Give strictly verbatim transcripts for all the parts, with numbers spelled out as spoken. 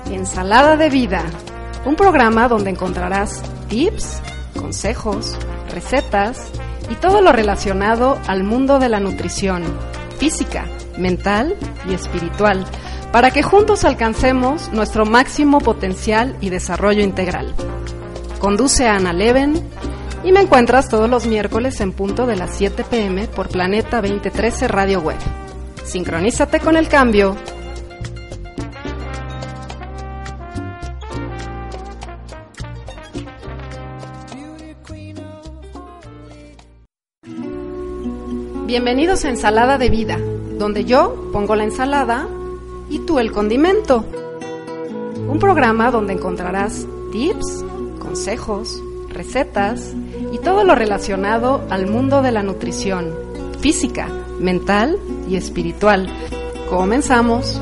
Ensalada de Vida, un programa donde encontrarás tips, consejos, recetas y todo lo relacionado al mundo de la nutrición, física, mental y espiritual, para que juntos alcancemos nuestro máximo potencial y desarrollo integral. Conduce a Ana Leven y me encuentras todos los miércoles en punto de las siete pe eme por Planeta veinte trece Radio Web. Sincronízate con el cambio. Bienvenidos a Ensalada de Vida, donde yo pongo la ensalada y tú el condimento. Un programa donde encontrarás tips, consejos, recetas y todo lo relacionado al mundo de la nutrición, física, mental y espiritual. Comenzamos.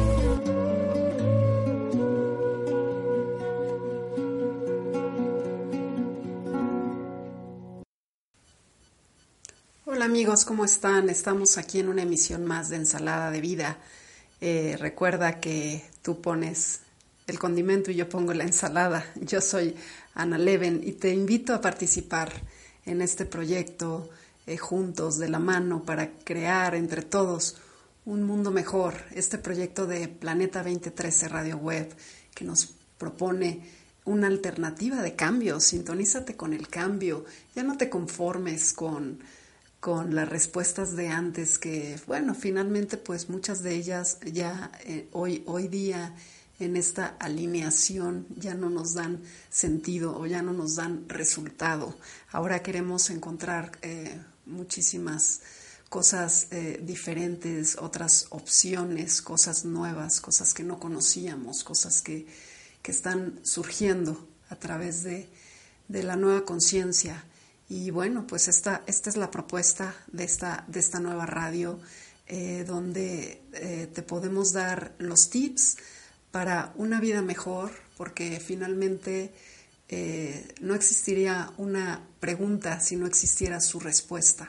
Hola amigos, ¿cómo están? Estamos aquí en una emisión más de Ensalada de Vida. Eh, recuerda que tú pones el condimento y yo pongo la ensalada. Yo soy Ana Leven y te invito a participar en este proyecto eh, juntos, de la mano, para crear entre todos un mundo mejor. Este proyecto de Planeta veinte trece Radio Web que nos propone una alternativa de cambio. Sintonízate con el cambio. Ya no te conformes con... con las respuestas de antes, que bueno, finalmente pues muchas de ellas ya eh, hoy, hoy día en esta alineación ya no nos dan sentido o ya no nos dan resultado. Ahora queremos encontrar eh, muchísimas cosas eh, diferentes, otras opciones, cosas nuevas, cosas que no conocíamos, cosas que, que están surgiendo a través de, de la nueva conciencia. Y bueno, pues esta, esta es la propuesta de esta, de esta nueva radio, eh, donde eh, te podemos dar los tips para una vida mejor, porque finalmente eh, no existiría una pregunta si no existiera su respuesta.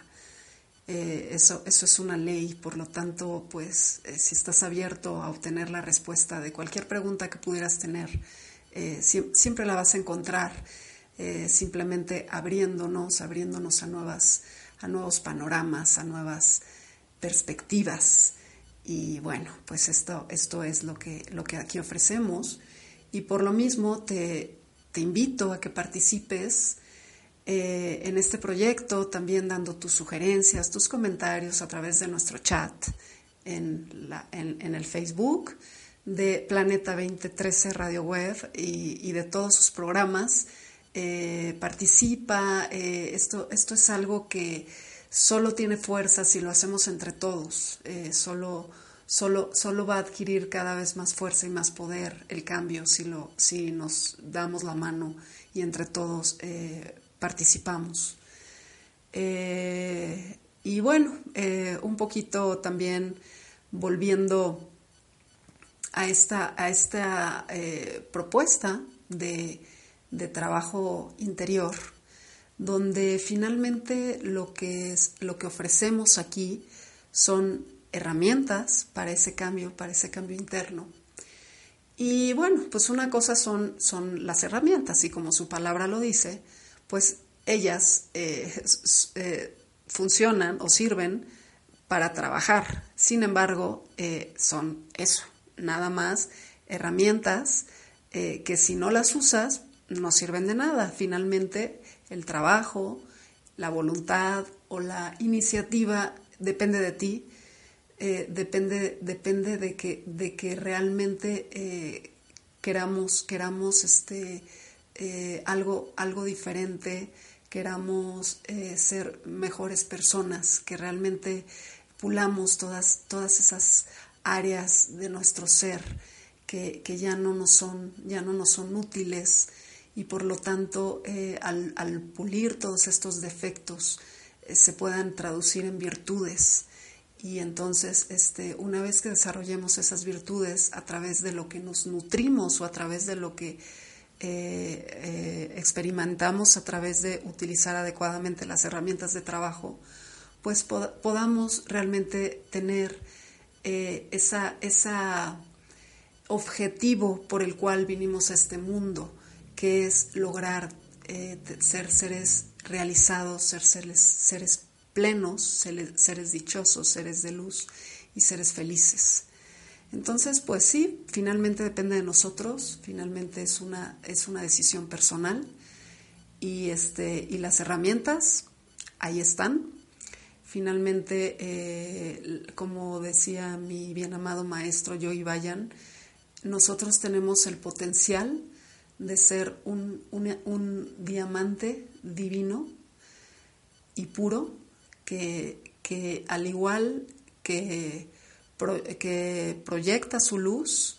Eh, eso, eso es una ley, por lo tanto, pues eh, si estás abierto a obtener la respuesta de cualquier pregunta que pudieras tener, eh, si, siempre la vas a encontrar. Eh, simplemente abriéndonos, abriéndonos a nuevas, a nuevos panoramas, a nuevas perspectivas. Y bueno, pues esto, esto es lo que, lo que aquí ofrecemos. Y por lo mismo te, te invito a que participes eh, en este proyecto, también dando tus sugerencias, tus comentarios a través de nuestro chat en, la, en, en el Facebook de Planeta veinte trece Radio Web y, y de todos sus programas. Eh, participa, eh, esto, esto es algo que solo tiene fuerza si lo hacemos entre todos, eh, solo, solo, solo va a adquirir cada vez más fuerza y más poder el cambio si, lo, si nos damos la mano y entre todos eh, participamos. Eh, y bueno, eh, un poquito también volviendo a esta, a esta eh, propuesta de de trabajo interior, donde finalmente lo que, es, lo que ofrecemos aquí son herramientas para ese cambio, para ese cambio interno. Y bueno, pues una cosa son, son las herramientas, y como su palabra lo dice, pues ellas eh, eh, funcionan o sirven para trabajar. Sin embargo, eh, son eso, nada más herramientas eh, que si no las usas, no sirven de nada. Finalmente, el trabajo, la voluntad o la iniciativa depende de ti, eh, depende, depende de que, de que realmente eh, queramos, queramos este, eh, algo, algo diferente, queramos eh, ser mejores personas, que realmente pulamos todas, todas esas áreas de nuestro ser que, que ya no nos son, ya no nos son útiles. Y por lo tanto, eh, al, al pulir todos estos defectos, eh, se puedan traducir en virtudes. Y entonces, este, una vez que desarrollemos esas virtudes a través de lo que nos nutrimos o a través de lo que eh, eh, experimentamos a través de utilizar adecuadamente las herramientas de trabajo, pues pod- podamos realmente tener eh, esa, esa objetivo por el cual vinimos a este mundo, que es lograr eh, ser seres realizados, ser seres, seres plenos, seres, seres dichosos, seres de luz y seres felices. Entonces, pues sí, finalmente depende de nosotros, finalmente es una, es una decisión personal y, este, y las herramientas ahí están. Finalmente, eh, como decía mi bien amado maestro Yogi Bhajan, nosotros tenemos el potencial de ser un, un, un diamante divino y puro que, que al igual que, pro, que proyecta su luz,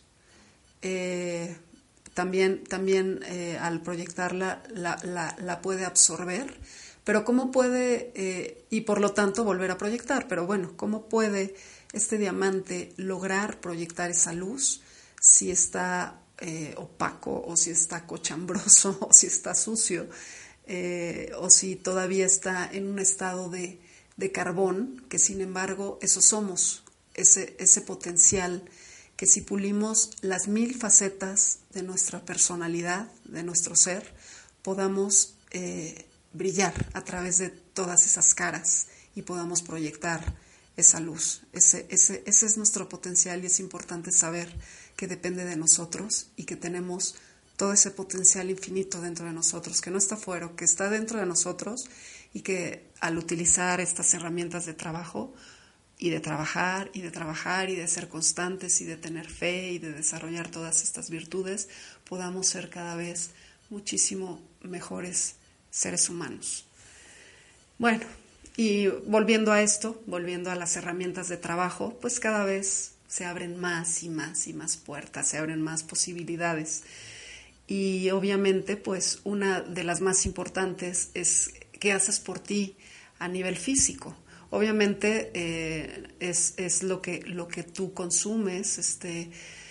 eh, también, también eh, al proyectarla la, la, la puede absorber, pero cómo puede, eh, y por lo tanto volver a proyectar, pero bueno, cómo puede este diamante lograr proyectar esa luz si está eh, opaco o si está cochambroso o si está sucio eh, o si todavía está en un estado de, de carbón, que sin embargo eso somos, ese, ese potencial que si pulimos las mil facetas de nuestra personalidad, de nuestro ser, podamos eh, brillar a través de todas esas caras y podamos proyectar esa luz. Ese, ese, ese es nuestro potencial y es importante saber que depende de nosotros y que tenemos todo ese potencial infinito dentro de nosotros, que no está fuera, que está dentro de nosotros y que al utilizar estas herramientas de trabajo y de trabajar y de trabajar y de ser constantes y de tener fe y de desarrollar todas estas virtudes, podamos ser cada vez muchísimo mejores seres humanos. Bueno, y volviendo a esto, volviendo a las herramientas de trabajo, pues cada vez se abren más y más y más puertas, se abren más posibilidades. Y obviamente, pues una de las más importantes es qué haces por ti a nivel físico. Obviamente eh, es, es lo que, lo que tú consumes, este,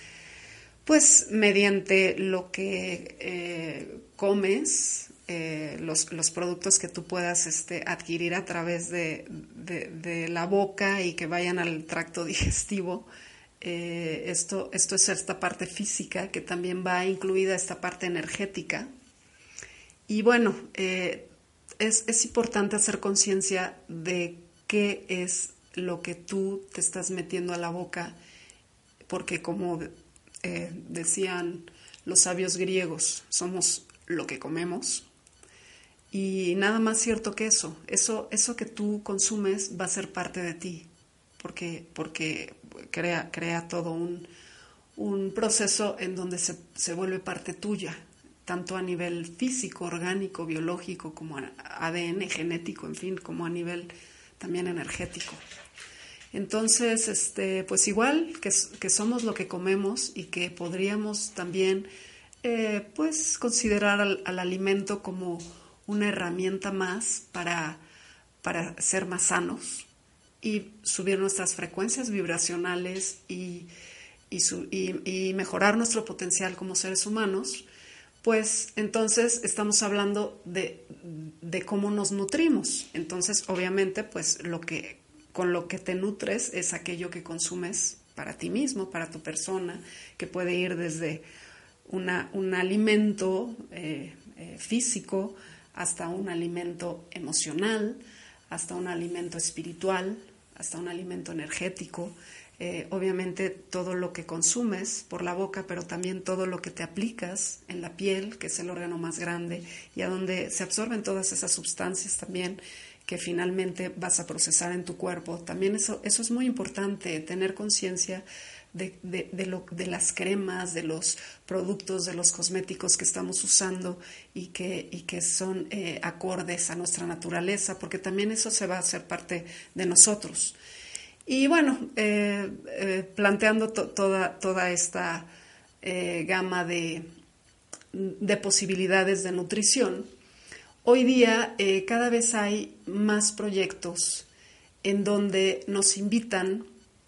pues mediante lo que eh, comes, eh, los, los productos que tú puedas este, adquirir a través de, de, de la boca y que vayan al tracto digestivo. Eh, esto, esto es esta parte física que también va incluida esta parte energética. Y bueno, eh, es, es importante hacer conciencia de qué es lo que tú te estás metiendo a la boca, porque como eh, decían los sabios griegos, somos lo que comemos. Y nada más cierto que eso, eso, eso que tú consumes va a ser parte de ti, porque, porque crea, crea todo un, un proceso en donde se, se vuelve parte tuya, tanto a nivel físico, orgánico, biológico, como A D N, genético, en fin, como a nivel también energético. Entonces, este, pues igual que, que somos lo que comemos y que podríamos también eh, pues considerar al, al alimento como una herramienta más para, para ser más sanos y subir nuestras frecuencias vibracionales y, y, su, y, y mejorar nuestro potencial como seres humanos, pues entonces estamos hablando de, de cómo nos nutrimos. Entonces, obviamente, pues lo que, con lo que te nutres es aquello que consumes para ti mismo, para tu persona, que puede ir desde una, un alimento eh, eh, físico hasta un alimento emocional, hasta un alimento espiritual, hasta un alimento energético. Eh, obviamente todo lo que consumes por la boca, pero también todo lo que te aplicas en la piel, que es el órgano más grande y a donde se absorben todas esas sustancias también que finalmente vas a procesar en tu cuerpo. También eso, eso es muy importante, tener conciencia de, de, de, lo, de las cremas, de los productos, de los cosméticos que estamos usando y que, y que son eh, acordes a nuestra naturaleza, porque también eso se va a hacer parte de nosotros. Y bueno, eh, eh, planteando to, toda, toda esta eh, gama de, de posibilidades de nutrición, hoy día eh, cada vez hay más proyectos en donde nos invitan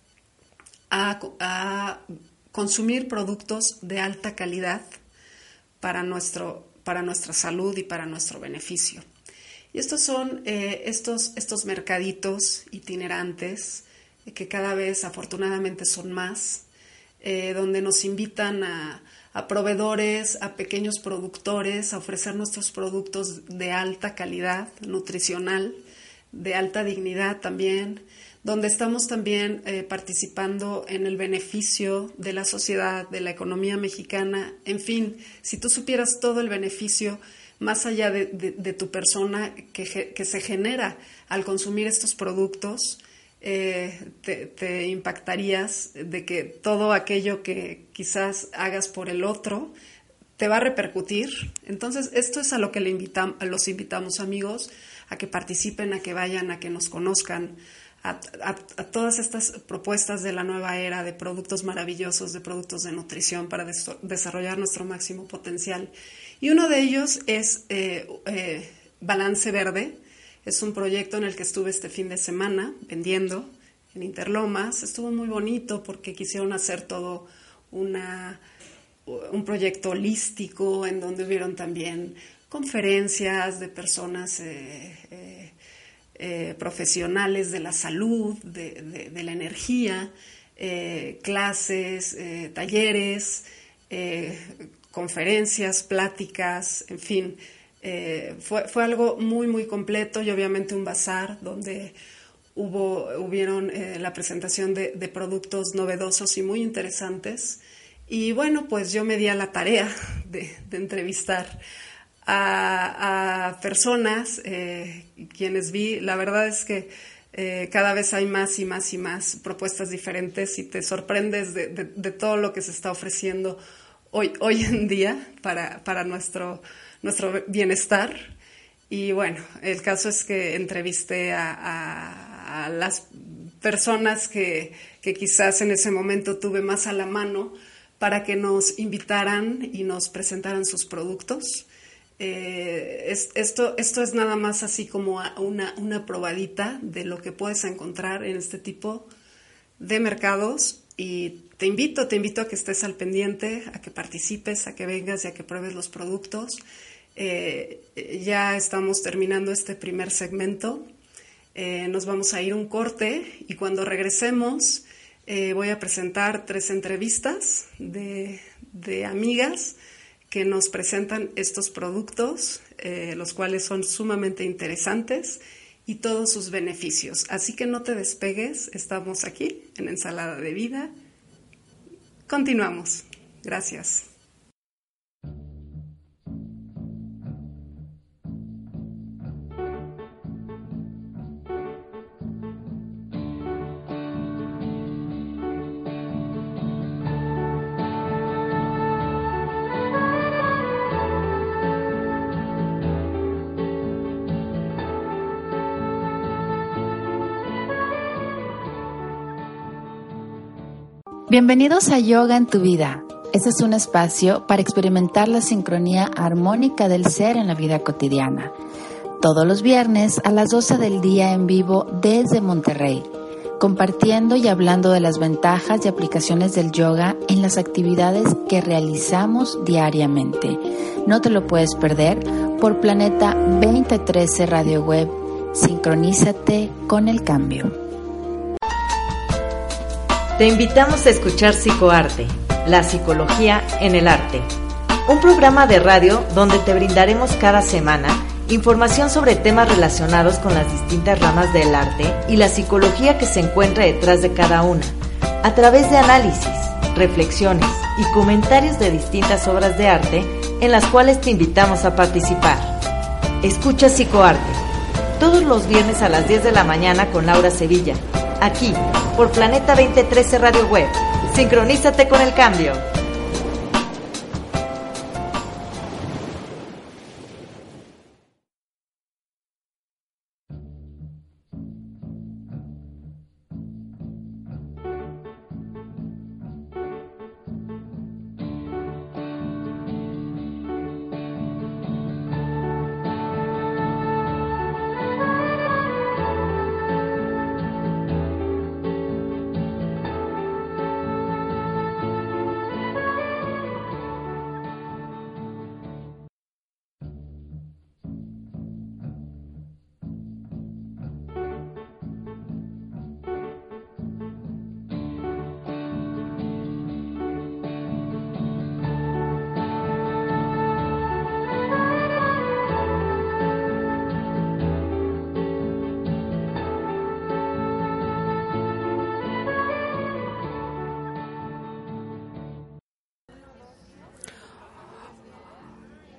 a, a consumir productos de alta calidad para, nuestro, para nuestra salud y para nuestro beneficio. Y estos son eh, estos, estos mercaditos itinerantes que cada vez afortunadamente son más, eh, donde nos invitan a, a proveedores, a pequeños productores, a ofrecer nuestros productos de alta calidad nutricional, de alta dignidad también, donde estamos también eh, participando en el beneficio de la sociedad, de la economía mexicana. En fin, si tú supieras todo el beneficio más allá de, de, de tu persona que, que se genera al consumir estos productos, eh, te, te impactarías de que todo aquello que quizás hagas por el otro te va a repercutir. Entonces, esto es a lo que le invitam- los invitamos, amigos, a que participen, a que vayan, a que nos conozcan, A, a, a todas estas propuestas de la nueva era, de productos maravillosos, de productos de nutrición para des- desarrollar nuestro máximo potencial. Y uno de ellos es eh, eh, Balance Verde. Es un proyecto en el que estuve este fin de semana vendiendo en Interlomas. Estuvo muy bonito porque quisieron hacer todo una, un proyecto holístico en donde hubieron también conferencias de personas eh, eh, Eh, profesionales de la salud, de, de, de la energía, eh, clases, eh, talleres, eh, conferencias, pláticas, en fin, eh, fue, fue algo muy, muy completo y obviamente un bazar donde hubo, hubieron eh, la presentación de, de productos novedosos y muy interesantes. Y bueno, pues yo me di a la tarea de, de entrevistar A, a personas, eh, quienes vi. La verdad es que eh, cada vez hay más y más y más propuestas diferentes y te sorprendes de, de, de todo lo que se está ofreciendo hoy, hoy en día para, para nuestro, nuestro bienestar. Y bueno, el caso es que entrevisté a, a, a las personas que, que quizás en ese momento tuve más a la mano para que nos invitaran y nos presentaran sus productos. Eh, es, esto, esto es nada más así como una, una probadita de lo que puedes encontrar en este tipo de mercados y te invito, te invito a que estés al pendiente, a que participes, a que vengas y a que pruebes los productos. Eh, ya estamos terminando este primer segmento, eh, nos vamos a ir un corte y cuando regresemos eh, voy a presentar tres entrevistas de, de amigas que nos presentan estos productos, eh, los cuales son sumamente interesantes y todos sus beneficios. Así que no te despegues, estamos aquí en Ensalada de Vida. Continuamos. Gracias. Bienvenidos a Yoga en tu Vida. Este es un espacio para experimentar la sincronía armónica del ser en la vida cotidiana. Todos los viernes a las doce del día en vivo desde Monterrey, compartiendo y hablando de las ventajas y aplicaciones del yoga en las actividades que realizamos diariamente. No te lo puedes perder por Planeta veinte trece Radio Web. Sincronízate con el cambio. Te invitamos a escuchar Psicoarte, la psicología en el arte. Un programa de radio donde te brindaremos cada semana información sobre temas relacionados con las distintas ramas del arte y la psicología que se encuentra detrás de cada una, a través de análisis, reflexiones y comentarios de distintas obras de arte en las cuales te invitamos a participar. Escucha Psicoarte, todos los viernes a las diez de la mañana con Laura Sevilla, aquí, por Planeta veinte trece Radio Web. Sincronízate con el cambio.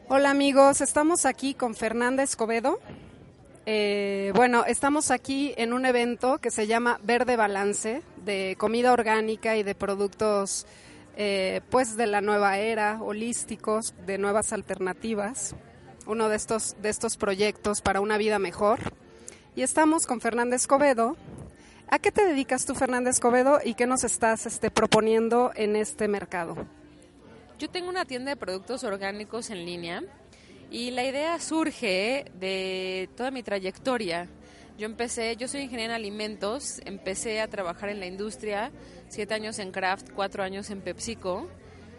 Hola amigos, estamos aquí con Fernanda Escobedo. Eh, bueno, estamos aquí en un evento que se llama Verde Balance, de comida orgánica y de productos eh, pues de la nueva era, holísticos, de nuevas alternativas. Uno de estos, de estos proyectos para una vida mejor. Y estamos con Fernanda Escobedo. ¿A qué te dedicas tú, Fernanda Escobedo, y qué nos estás este, proponiendo en este mercado? Yo tengo una tienda de productos orgánicos en línea y la idea surge de toda mi trayectoria. Yo empecé, yo soy ingeniera en alimentos, empecé a trabajar en la industria, siete años en Kraft, cuatro años en PepsiCo,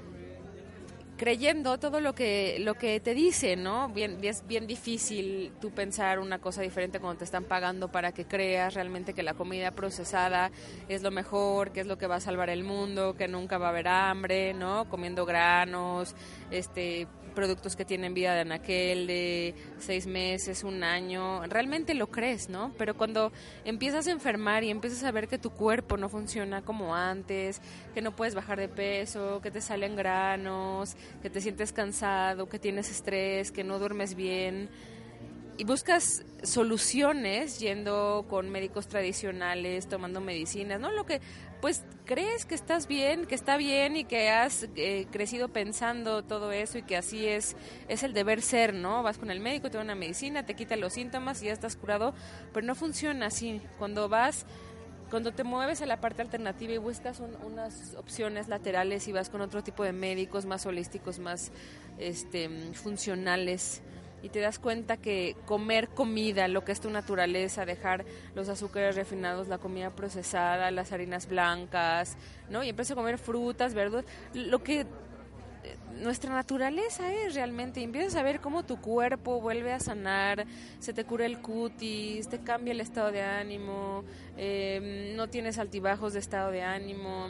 creyendo todo lo que lo que te dicen, ¿no? Bien, es bien difícil tú pensar una cosa diferente cuando te están pagando para que creas realmente que la comida procesada es lo mejor, que es lo que va a salvar el mundo, que nunca va a haber hambre, ¿no? Comiendo granos, este productos que tienen vida de anaquel de seis meses, un año, realmente lo crees, ¿no? Pero cuando empiezas a enfermar y empiezas a ver que tu cuerpo no funciona como antes, que no puedes bajar de peso, que te salen granos, que te sientes cansado, que tienes estrés, que no duermes bien, y buscas soluciones yendo con médicos tradicionales, tomando medicinas, ¿no? Lo que, pues, crees que estás bien, que está bien y que has eh, crecido pensando todo eso y que así es es el deber ser, ¿no? Vas con el médico, te da una medicina, te quita los síntomas y ya estás curado, pero no funciona así. Cuando vas... Cuando te mueves a la parte alternativa y buscas un, unas opciones laterales y vas con otro tipo de médicos más holísticos, más este, funcionales, y te das cuenta que comer comida, lo que es tu naturaleza, dejar los azúcares refinados, la comida procesada, las harinas blancas, ¿no? Y empiezas a comer frutas, verduras, lo que nuestra naturaleza es realmente, y empiezas a ver cómo tu cuerpo vuelve a sanar, se te cura el cutis, te cambia el estado de ánimo, eh, no tienes altibajos de estado de ánimo,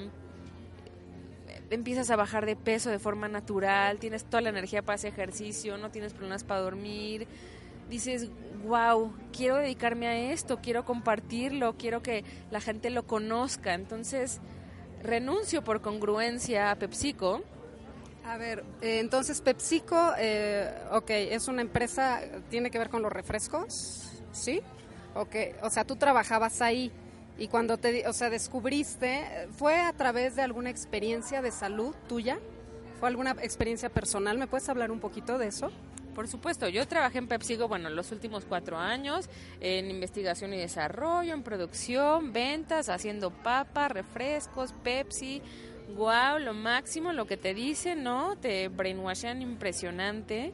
empiezas a bajar de peso de forma natural, tienes toda la energía para hacer ejercicio, no tienes problemas para dormir, dices, wow, quiero dedicarme a esto, quiero compartirlo, quiero que la gente lo conozca. Entonces renuncio por congruencia a PepsiCo. A ver, eh, entonces PepsiCo, eh, ok, es una empresa, ¿tiene que ver con los refrescos? ¿Sí? Ok, o sea, tú trabajabas ahí y cuando te, o sea, descubriste, ¿fue a través de alguna experiencia de salud tuya? ¿Fue alguna experiencia personal? ¿Me puedes hablar un poquito de eso? Por supuesto, yo trabajé en PepsiCo, bueno, los últimos cuatro años, en investigación y desarrollo, en producción, ventas, haciendo papas, refrescos, Pepsi. Wow, lo máximo, lo que te dicen, ¿no? Te brainwashan impresionante.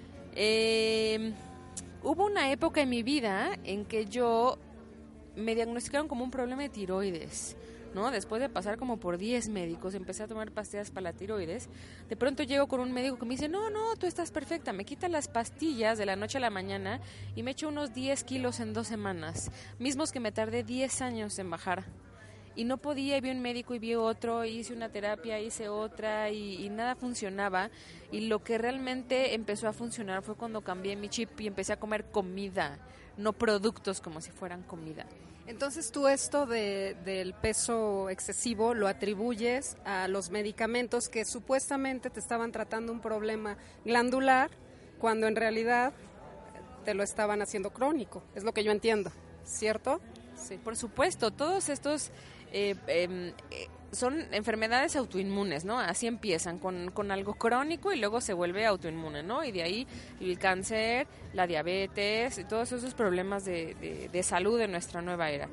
Eh, hubo una época en mi vida en que yo me diagnosticaron como un problema de tiroides, ¿no? Después de pasar como por diez médicos, empecé a tomar pastillas para la tiroides. De pronto llego con un médico que me dice, no, no, tú estás perfecta. Me quita las pastillas de la noche a la mañana y me echo unos diez kilos en dos semanas, mismos que me tardé diez años en bajar. Y no podía, y vi un médico y vi otro, y hice una terapia, hice otra, y, y nada funcionaba. Y lo que realmente empezó a funcionar fue cuando cambié mi chip y empecé a comer comida, no productos como si fueran comida. Entonces tú esto de, del peso excesivo lo atribuyes a los medicamentos que supuestamente te estaban tratando un problema glandular, cuando en realidad te lo estaban haciendo crónico, es lo que yo entiendo, ¿cierto? Sí, por supuesto, todos estos eh, eh, eh, son enfermedades autoinmunes, ¿no? Así empiezan, con, con algo crónico y luego se vuelve autoinmune, ¿no? Y de ahí el cáncer, la diabetes y todos esos problemas de, de, de salud de nuestra nueva era.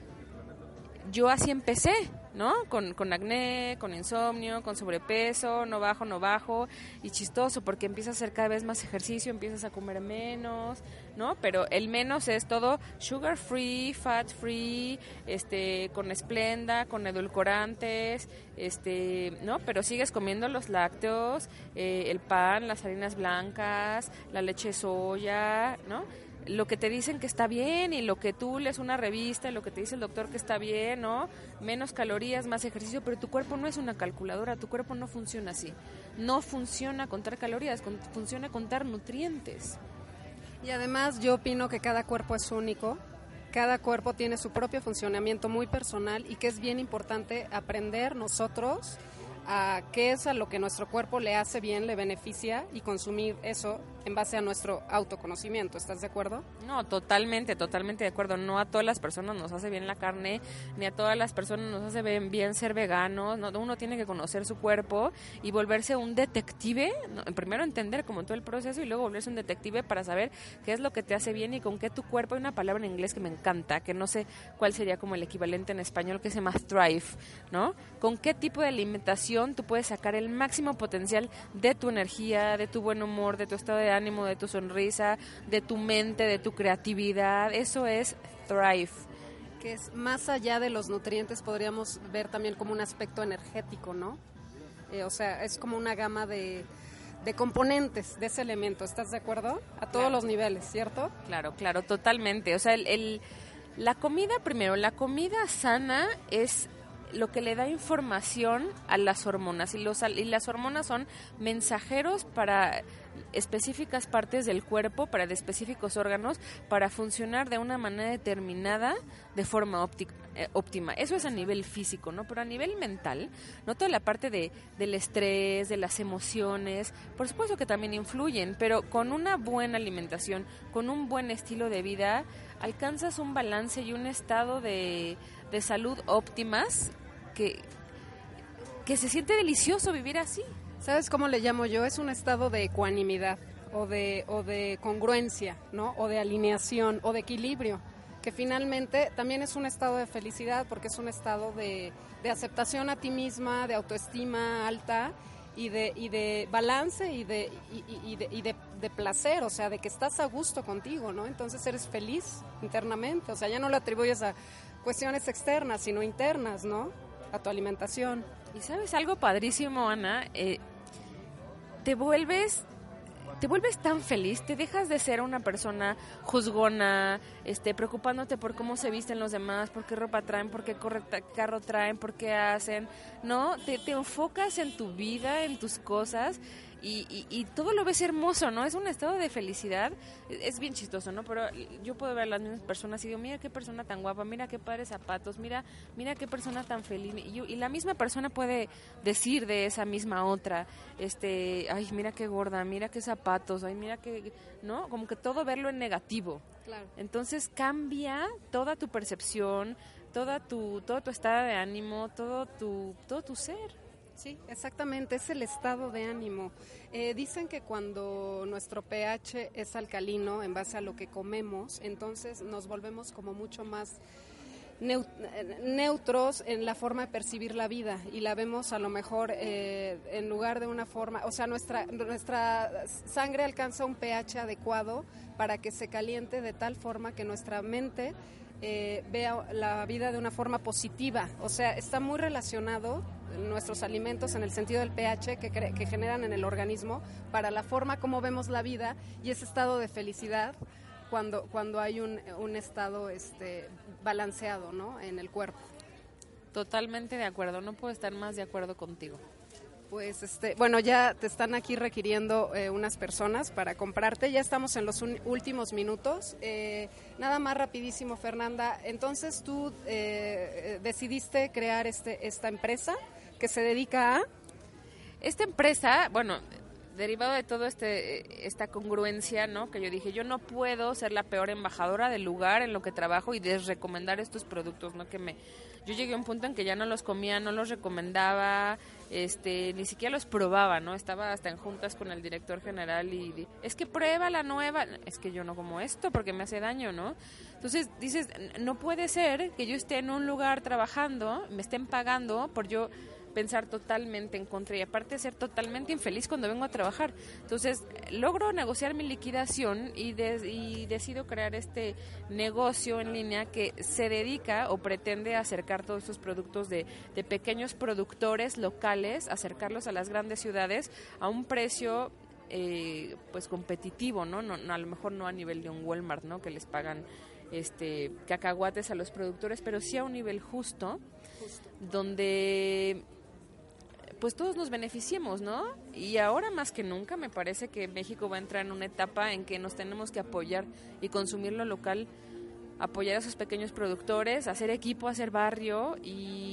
Yo así empecé, ¿no? Con, con acné, con insomnio, con sobrepeso, no bajo, no bajo, y chistoso porque empiezas a hacer cada vez más ejercicio, empiezas a comer menos, ¿no? Pero el menos es todo sugar free, fat free, este, con esplenda, con edulcorantes, este, ¿no? Pero sigues comiendo los lácteos, eh, el pan, las harinas blancas, la leche de soya, ¿no? Lo que te dicen que está bien y lo que tú lees una revista y lo que te dice el doctor que está bien, ¿no? Menos calorías, más ejercicio, pero tu cuerpo no es una calculadora, tu cuerpo no funciona así. No funciona contar calorías, con, funciona contar nutrientes. Y además yo opino que cada cuerpo es único, cada cuerpo tiene su propio funcionamiento muy personal y que es bien importante aprender nosotros a qué es a lo que nuestro cuerpo le hace bien, le beneficia, y consumir eso en base a nuestro autoconocimiento. ¿Estás de acuerdo? No, totalmente, totalmente de acuerdo. No a todas las personas nos hace bien la carne, ni a todas las personas nos hace bien, bien ser veganos. No, uno tiene que conocer su cuerpo y volverse un detective. No, primero entender como todo el proceso y luego volverse un detective para saber qué es lo que te hace bien y con qué tu cuerpo. Hay una palabra en inglés que me encanta, que no sé cuál sería como el equivalente en español, que se llama thrive, ¿no? Con qué tipo de alimentación tú puedes sacar el máximo potencial de tu energía, de tu buen humor, de tu estado de ánimo, de tu sonrisa, de tu mente, de tu creatividad. Eso es thrive. Que es más allá de los nutrientes, podríamos ver también como un aspecto energético, ¿no? Eh, o sea, es como una gama de, de componentes de ese elemento. ¿Estás de acuerdo? A todos Claro. los niveles, ¿cierto? Claro, claro, totalmente. O sea, el, el, la comida primero, la comida sana es lo que le da información a las hormonas y, los, y las hormonas son mensajeros para específicas partes del cuerpo, para de específicos órganos, para funcionar de una manera determinada de forma óptica, eh, óptima. Eso es a nivel físico, ¿no? Pero a nivel mental, no toda la parte de, del estrés, de las emociones, por supuesto que también influyen, pero con una buena alimentación, con un buen estilo de vida, alcanzas un balance y un estado de, de salud óptimas que, que se siente delicioso vivir así. ¿Sabes cómo le llamo yo? Es un estado de ecuanimidad o de, o de congruencia, ¿no? O de alineación o de equilibrio, que finalmente también es un estado de felicidad porque es un estado de, de aceptación a ti misma, de autoestima alta y de, y de balance y, de, y, y, y, de, y de, de placer, o sea, de que estás a gusto contigo, ¿no? Entonces eres feliz internamente, o sea, ya no lo atribuyes a cuestiones externas, sino internas, ¿no? A tu alimentación. Y sabes algo padrísimo, Ana, eh, te vuelves te vuelves tan feliz, te dejas de ser una persona juzgona, este, preocupándote por cómo se visten los demás, por qué ropa traen, por qué corre, carro traen, por qué hacen, no, te, te enfocas en tu vida, en tus cosas y, y, y todo lo ves hermoso, ¿no? Es un estado de felicidad, es bien chistoso, ¿no? Pero yo puedo ver a las mismas personas y digo, mira qué persona tan guapa, mira qué padres zapatos, mira, mira qué persona tan feliz, y, yo, y la misma persona puede decir de esa misma otra, este, ay, mira qué gorda, mira qué zapatos, ay, mira qué, ¿no? Como que todo verlo en negativo. Claro. Entonces cambia toda tu percepción, toda tu, todo tu estado de ánimo, todo tu, todo tu ser. Sí, exactamente, es el estado de ánimo. Eh, dicen que cuando nuestro pH es alcalino en base a lo que comemos, entonces nos volvemos como mucho más neutros en la forma de percibir la vida y la vemos a lo mejor eh, en lugar de una forma, o sea, nuestra, nuestra sangre alcanza un pH adecuado para que se caliente de tal forma que nuestra mente eh, vea la vida de una forma positiva, o sea, está muy relacionado nuestros alimentos en el sentido del pH que, cre- que generan en el organismo para la forma como vemos la vida y ese estado de felicidad cuando cuando hay un, un estado este balanceado, ¿no? En el cuerpo. Totalmente de acuerdo, no puedo estar más de acuerdo contigo. Pues este, bueno, ya te están aquí requiriendo eh, unas personas para comprarte. Ya estamos en los un, últimos minutos. Eh, nada más rapidísimo, Fernanda. Entonces tú eh, decidiste crear este esta empresa que se dedica a Esta empresa, bueno, derivado de todo este esta congruencia, ¿no? Que yo dije, yo no puedo ser la peor embajadora del lugar en lo que trabajo y desrecomendar estos productos, ¿no? Que me yo llegué a un punto en que ya no los comía, no los recomendaba, este, ni siquiera los probaba, ¿no? Estaba hasta en juntas con el director general y di, es que prueba la nueva, es que yo no como esto porque me hace daño, ¿no? Entonces dices, no puede ser que yo esté en un lugar trabajando, me estén pagando por yo pensar totalmente en contra y aparte ser totalmente infeliz cuando vengo a trabajar. Entonces logro negociar mi liquidación y, de, y decido crear este negocio en línea que se dedica o pretende acercar todos estos productos de, de pequeños productores locales, acercarlos a las grandes ciudades a un precio eh, pues competitivo, ¿no? No, no, a lo mejor no a nivel de un Walmart, ¿no? Que les pagan este cacahuates a los productores, pero sí a un nivel justo, justo. donde pues todos nos beneficiemos, ¿no? Y ahora más que nunca me parece que México va a entrar en una etapa en que nos tenemos que apoyar y consumir lo local, apoyar a esos pequeños productores, hacer equipo, hacer barrio y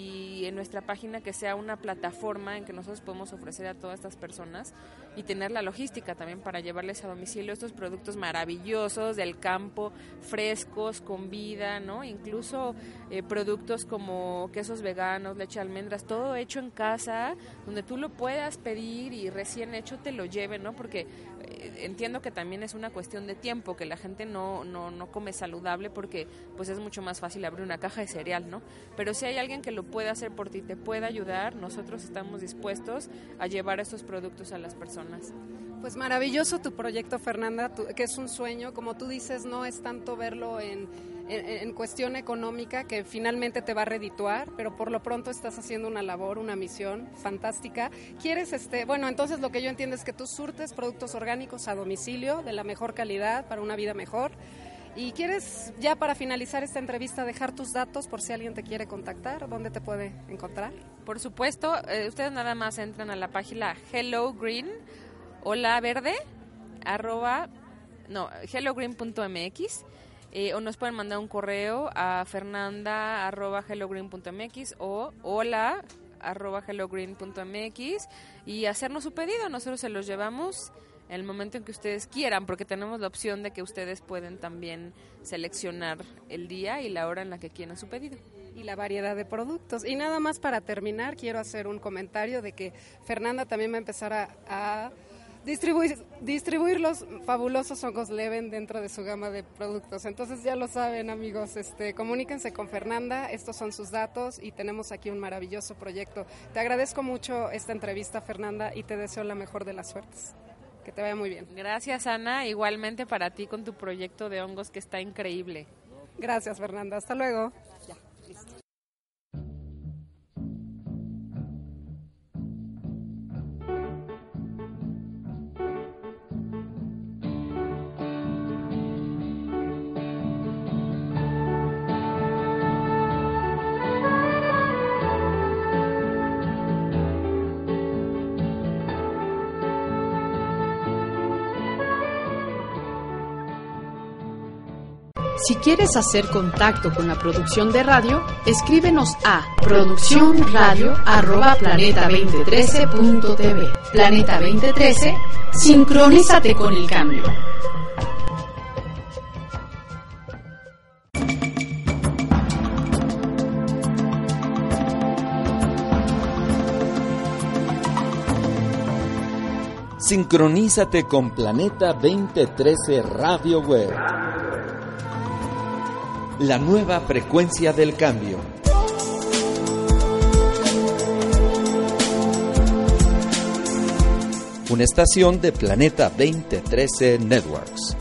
y en nuestra página que sea una plataforma en que nosotros podemos ofrecer a todas estas personas y tener la logística también para llevarles a domicilio estos productos maravillosos del campo, frescos, con vida, ¿no? Incluso eh, productos como quesos veganos, leche de almendras, todo hecho en casa, donde tú lo puedas pedir y recién hecho te lo lleven, ¿no? Porque eh, entiendo que también es una cuestión de tiempo, que la gente no, no, no come saludable porque pues es mucho más fácil abrir una caja de cereal, ¿no? Pero si hay alguien que lo pueda hacer por ti, te pueda ayudar, nosotros estamos dispuestos a llevar estos productos a las personas. Pues maravilloso tu proyecto, Fernanda, tu, que es un sueño, como tú dices, no es tanto verlo en, en, en cuestión económica, que finalmente te va a redituar, pero por lo pronto estás haciendo una labor, una misión fantástica. ¿Quieres, este, bueno, entonces lo que yo entiendo es que tú surtes productos orgánicos a domicilio, de la mejor calidad, para una vida mejor. ¿Y quieres, ya para finalizar esta entrevista, dejar tus datos por si alguien te quiere contactar? ¿Dónde te puede encontrar? Por supuesto, eh, ustedes nada más entran a la página Hello Green, hola verde, arroba, no, hellogreen punto m x, eh, o nos pueden mandar un correo a fernanda arroba hellogreen punto m x o hola arroba hellogreen punto m x y hacernos su pedido. Nosotros se los llevamos en el momento en que ustedes quieran, porque tenemos la opción de que ustedes pueden también seleccionar el día y la hora en la que quieran su pedido. Y la variedad de productos. Y nada más para terminar, quiero hacer un comentario de que Fernanda también va a empezar a, a distribuir, distribuir los fabulosos hongos Leven dentro de su gama de productos. Entonces ya lo saben, amigos, este, comuníquense con Fernanda, estos son sus datos y tenemos aquí un maravilloso proyecto. Te agradezco mucho esta entrevista, Fernanda, y te deseo la mejor de las suertes. Que te vaya muy bien. Gracias, Ana. Igualmente para ti con tu proyecto de hongos que está increíble. Gracias, Fernanda. Hasta luego. Ya, listo. Si quieres hacer contacto con la producción de radio, escríbenos a produccionradio arroba planeta veinte trece punto t v. Planeta veinte trece, sincronízate con el cambio. Sincronízate con Planeta veinte trece Radio Web. La nueva frecuencia del cambio. Una estación de Planeta veinte trece Networks.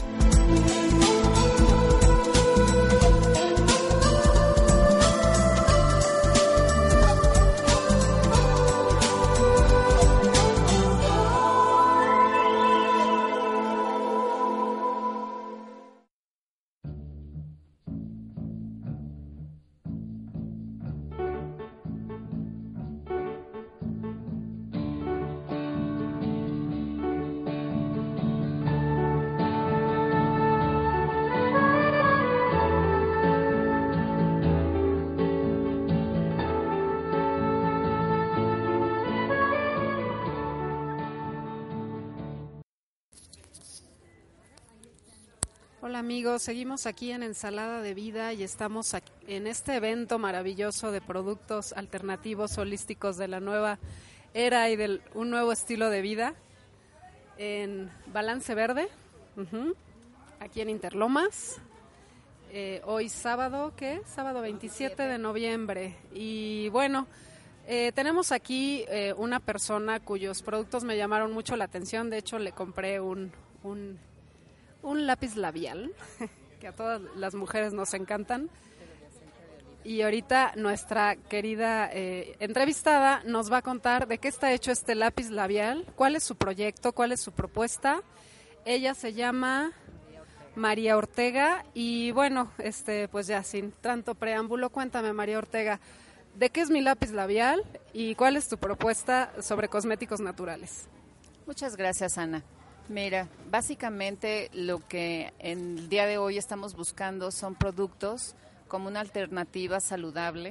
Hola amigos, seguimos aquí en Ensalada de Vida y estamos aquí en este evento maravilloso de productos alternativos holísticos de la nueva era y de un nuevo estilo de vida en Balance Verde, uh-huh, aquí en Interlomas, eh, hoy sábado, ¿qué? Sábado veintisiete de noviembre y bueno, eh, tenemos aquí eh, una persona cuyos productos me llamaron mucho la atención, de hecho le compré un... un un lápiz labial, que a todas las mujeres nos encantan. Y ahorita nuestra querida eh, entrevistada nos va a contar de qué está hecho este lápiz labial, cuál es su proyecto, cuál es su propuesta. Ella se llama María Ortega y bueno, este pues ya sin tanto preámbulo, cuéntame María Ortega, ¿de qué es mi lápiz labial y cuál es tu propuesta sobre cosméticos naturales? Muchas gracias, Ana. Mira, básicamente lo que en el día de hoy estamos buscando son productos como una alternativa saludable,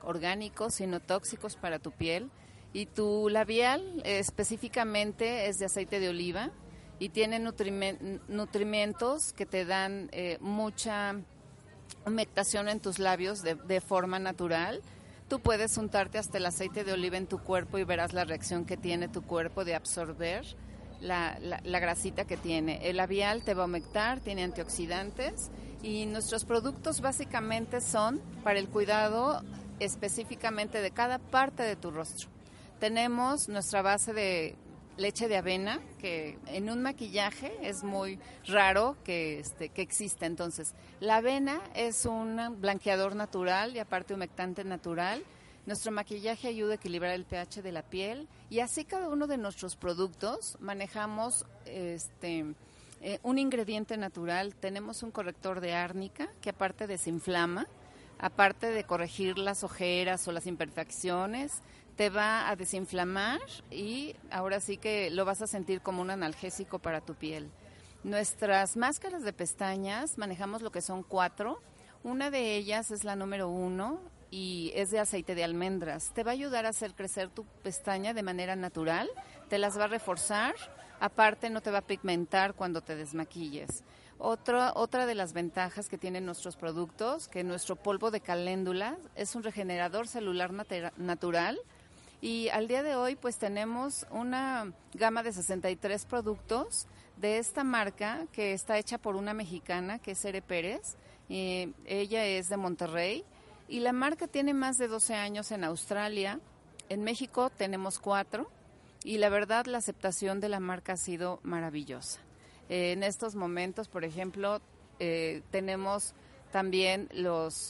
orgánicos y no tóxicos para tu piel. Y tu labial eh, específicamente es de aceite de oliva y tiene nutrime- nutrimentos que te dan eh, mucha humectación en tus labios de, de forma natural. Tú puedes untarte hasta el aceite de oliva en tu cuerpo y verás la reacción que tiene tu cuerpo de absorber la, la, la grasita que tiene. El labial te va a humectar, tiene antioxidantes y nuestros productos básicamente son para el cuidado específicamente de cada parte de tu rostro. Tenemos nuestra base de leche de avena, que en un maquillaje es muy raro que, este, que exista. Entonces, la avena es un blanqueador natural y aparte humectante natural. Nuestro maquillaje ayuda a equilibrar el pH de la piel y así cada uno de nuestros productos manejamos este, eh, un ingrediente natural. Tenemos un corrector de árnica que aparte desinflama, aparte de corregir las ojeras o las imperfecciones, te va a desinflamar y ahora sí que lo vas a sentir como un analgésico para tu piel. Nuestras máscaras de pestañas manejamos lo que son cuatro. Una de ellas es la número uno y es de aceite de almendras. Te va a ayudar a hacer crecer tu pestaña de manera natural, te las va a reforzar, aparte no te va a pigmentar cuando te desmaquilles. Otra, otra de las ventajas que tienen nuestros productos, que nuestro polvo de caléndula es un regenerador celular nat- natural y al día de hoy pues tenemos una gama de sesenta y tres productos de esta marca que está hecha por una mexicana que es Ere Pérez, y ella es de Monterrey y la marca tiene más de doce años en Australia. En México tenemos cuatro y la verdad la aceptación de la marca ha sido maravillosa. Eh, en estos momentos, por ejemplo, eh, tenemos también los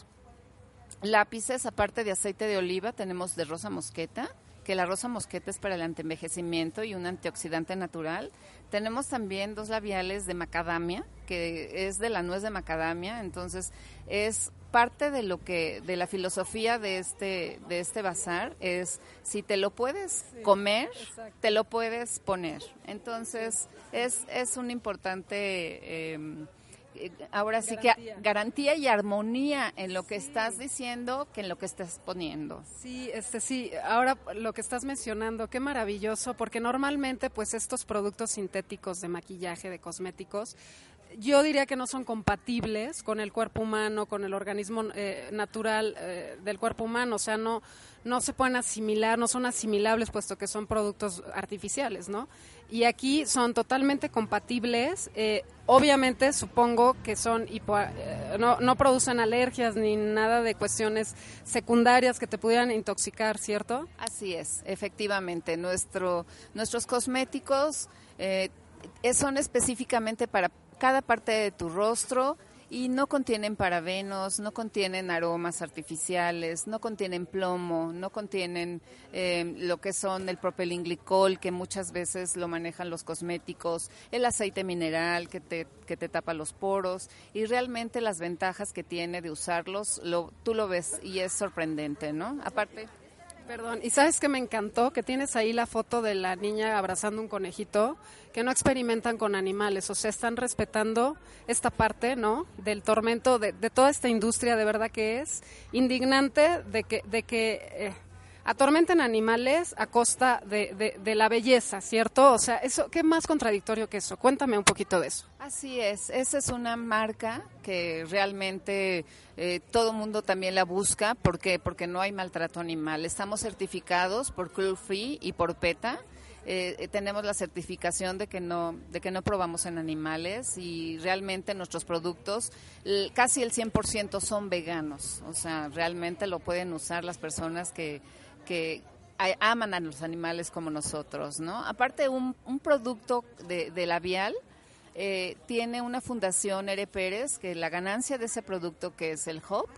lápices, aparte de aceite de oliva, tenemos de rosa mosqueta, que la rosa mosqueta es para el antienvejecimiento y un antioxidante natural. Tenemos también dos labiales de macadamia, que es de la nuez de macadamia, entonces es parte de lo que de la filosofía de este de este bazar es si te lo puedes sí, comer, exacto, te lo puedes poner. Entonces es es un importante eh, ahora sí garantía. que garantía y armonía en lo que sí. estás diciendo que en lo que estás poniendo. Sí, este sí, ahora lo que estás mencionando, qué maravilloso, porque normalmente pues estos productos sintéticos de maquillaje, de cosméticos, yo diría que no son compatibles con el cuerpo humano, con el organismo eh, natural eh, del cuerpo humano, o sea, no no se pueden asimilar, no son asimilables puesto que son productos artificiales, ¿no? Y aquí son totalmente compatibles, eh, obviamente supongo que son hipo, eh, no, no producen alergias ni nada de cuestiones secundarias que te pudieran intoxicar, ¿cierto? Así es, efectivamente, nuestro nuestros cosméticos eh, son específicamente para cada parte de tu rostro y no contienen parabenos, no contienen aromas artificiales, no contienen plomo, no contienen eh, lo que son el propilenglicol, que muchas veces lo manejan los cosméticos, el aceite mineral que te que te tapa los poros y realmente las ventajas que tiene de usarlos, lo, tú lo ves y es sorprendente, ¿no? Aparte... Perdón, y ¿sabes qué me encantó? Que tienes ahí la foto de la niña abrazando un conejito, que no experimentan con animales, o sea, están respetando esta parte, ¿no?, del tormento de, de toda esta industria, de verdad que es indignante de que, de que eh, atormenten animales a costa de, de, de la belleza, ¿cierto? O sea, eso, ¿qué más contradictorio que eso? Cuéntame un poquito de eso. Así es, esa es una marca que realmente eh, todo mundo también la busca. ¿Por qué? Porque no hay maltrato animal. Estamos certificados por Cruel Free y por PETA. Eh, tenemos la certificación de que no de que no probamos en animales y realmente nuestros productos, el, casi el cien por ciento son veganos. O sea, realmente lo pueden usar las personas que... que aman a los animales como nosotros, ¿no? Aparte, un, un producto de, de labial eh, tiene una fundación Ere Pérez, que la ganancia de ese producto, que es el Hop,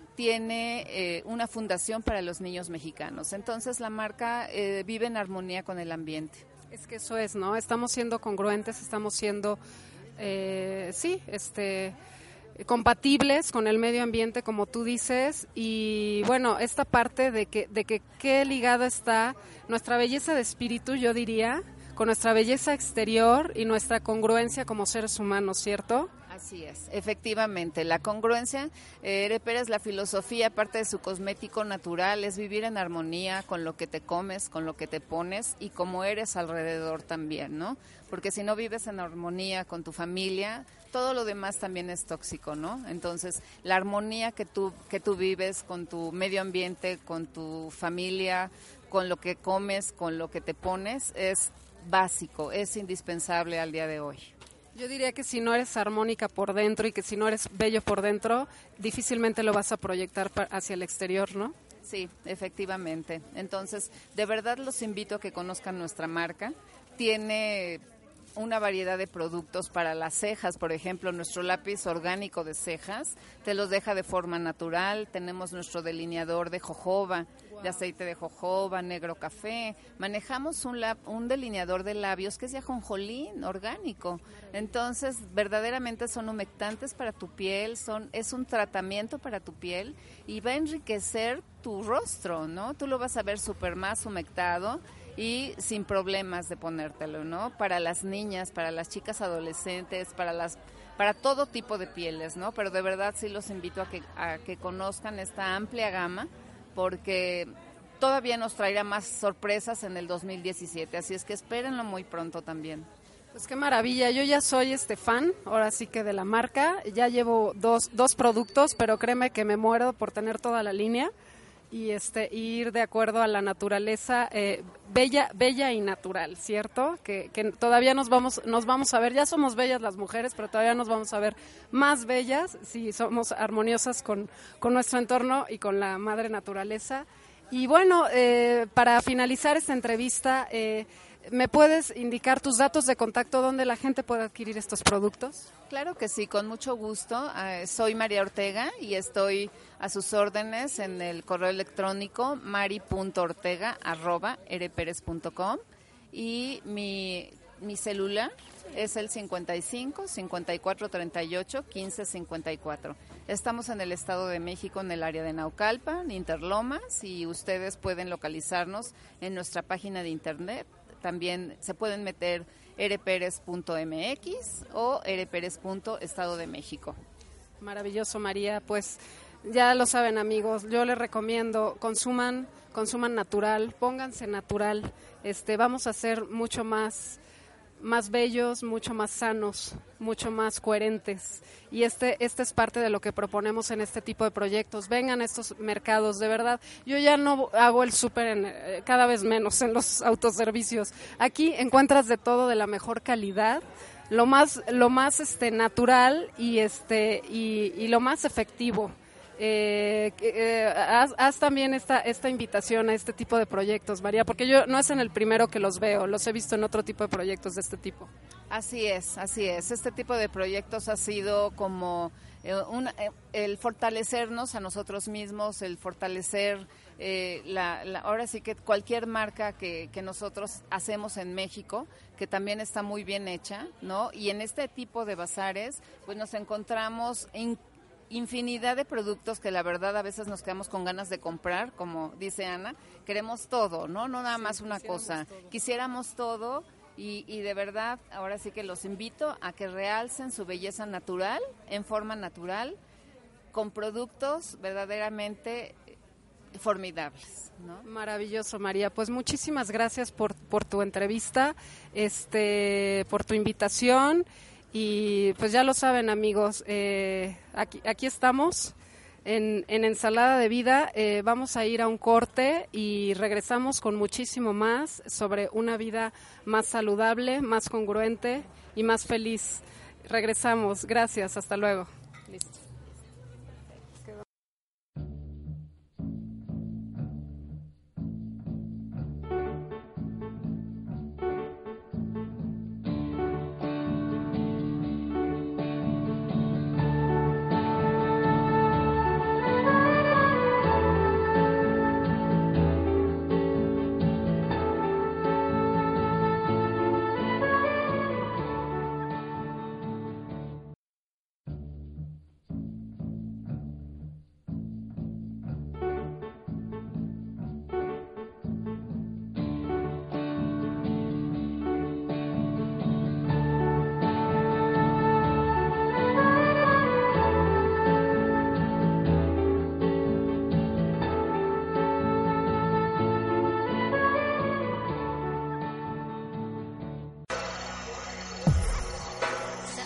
tiene eh, una fundación para los niños mexicanos. Entonces, la marca eh, vive en armonía con el ambiente. Es que eso es, ¿no? Estamos siendo congruentes, estamos siendo, eh, sí, este... compatibles con el medio ambiente, como tú dices, y bueno, esta parte de que de que qué ligado está nuestra belleza de espíritu, yo diría, con nuestra belleza exterior y nuestra congruencia como seres humanos, ¿cierto? Así es, efectivamente, la congruencia, eh, Ere Pérez, la filosofía, parte de su cosmético natural, es vivir en armonía con lo que te comes, con lo que te pones y como eres alrededor también, ¿no? Porque si no vives en armonía con tu familia, todo lo demás también es tóxico, ¿no? Entonces, la armonía que tú, que tú vives con tu medio ambiente, con tu familia, con lo que comes, con lo que te pones, es básico, es indispensable al día de hoy. Yo diría que si no eres armónica por dentro y que si no eres bello por dentro, difícilmente lo vas a proyectar hacia el exterior, ¿no? Sí, efectivamente. Entonces, de verdad los invito a que conozcan nuestra marca. Tiene una variedad de productos para las cejas, por ejemplo, nuestro lápiz orgánico de cejas, te los deja de forma natural. Tenemos nuestro delineador de jojoba, de aceite de jojoba, negro café. Manejamos un, lab, un delineador de labios que es de ajonjolí orgánico. Entonces, verdaderamente son humectantes para tu piel, son es un tratamiento para tu piel y va a enriquecer tu rostro, ¿no? Tú lo vas a ver súper más humectado y sin problemas de ponértelo, ¿no? Para las niñas, para las chicas adolescentes, para las para todo tipo de pieles, ¿no? Pero de verdad sí los invito a que a que conozcan esta amplia gama, porque todavía nos traerá más sorpresas en el dos mil diecisiete, así es que espérenlo muy pronto también. Pues qué maravilla, yo ya soy este fan, ahora sí que de la marca, ya llevo dos, dos productos, pero créeme que me muero por tener toda la línea y este ir de acuerdo a la naturaleza eh, bella bella y natural, ¿cierto? Que, que todavía nos vamos nos vamos a ver, ya somos bellas las mujeres, pero todavía nos vamos a ver más bellas si somos armoniosas con, con nuestro entorno y con la madre naturaleza. Y bueno, eh, para finalizar esta entrevista, eh, ¿me puedes indicar tus datos de contacto donde la gente puede adquirir estos productos? Claro que sí, con mucho gusto. Uh, soy María Ortega y estoy a sus órdenes en el correo electrónico mari punto ortega arroba ereperez punto com y mi, mi celular es el cincuenta y cinco, cincuenta y cuatro, treinta y ocho, quince, cincuenta y cuatro. Estamos en el Estado de México, en el área de Naucalpan, Interlomas, y ustedes pueden localizarnos en nuestra página de internet. También se pueden meter ereperez punto m x o ereperez punto estado de México. Maravilloso, María. Pues ya lo saben, amigos, yo les recomiendo, consuman, consuman natural, pónganse natural. Este, vamos a ser mucho más más bellos, mucho más sanos, mucho más coherentes. Y este este es parte de lo que proponemos en este tipo de proyectos. Vengan a estos mercados, de verdad. Yo ya no hago el súper en, eh, cada vez menos en los autoservicios. Aquí encuentras de todo de la mejor calidad, lo más lo más este natural y este y, y lo más efectivo. Eh, eh, haz, haz también esta esta invitación a este tipo de proyectos, María, porque yo no es en el primero que los veo, los he visto en otro tipo de proyectos de este tipo. Así es, así es. Este tipo de proyectos ha sido como eh, un, eh, el fortalecernos a nosotros mismos, el fortalecer eh, la, la, ahora sí que cualquier marca que, que nosotros hacemos en México, que también está muy bien hecha, ¿no? Y en este tipo de bazares, pues nos encontramos en infinidad de productos que la verdad a veces nos quedamos con ganas de comprar, como dice Ana, queremos todo, ¿no? No nada sí, más una cosa, todo. Quisiéramos todo y, y de verdad ahora sí que los invito a que realcen su belleza natural, en forma natural, con productos verdaderamente formidables, ¿no? Maravilloso, María. Pues muchísimas gracias por, por tu entrevista, este, por tu invitación. Y pues ya lo saben, amigos, eh, aquí, aquí estamos en, en Ensalada de Vida. Eh, vamos a ir a un corte y regresamos con muchísimo más sobre una vida más saludable, más congruente y más feliz. Regresamos. Gracias. Hasta luego. Listo.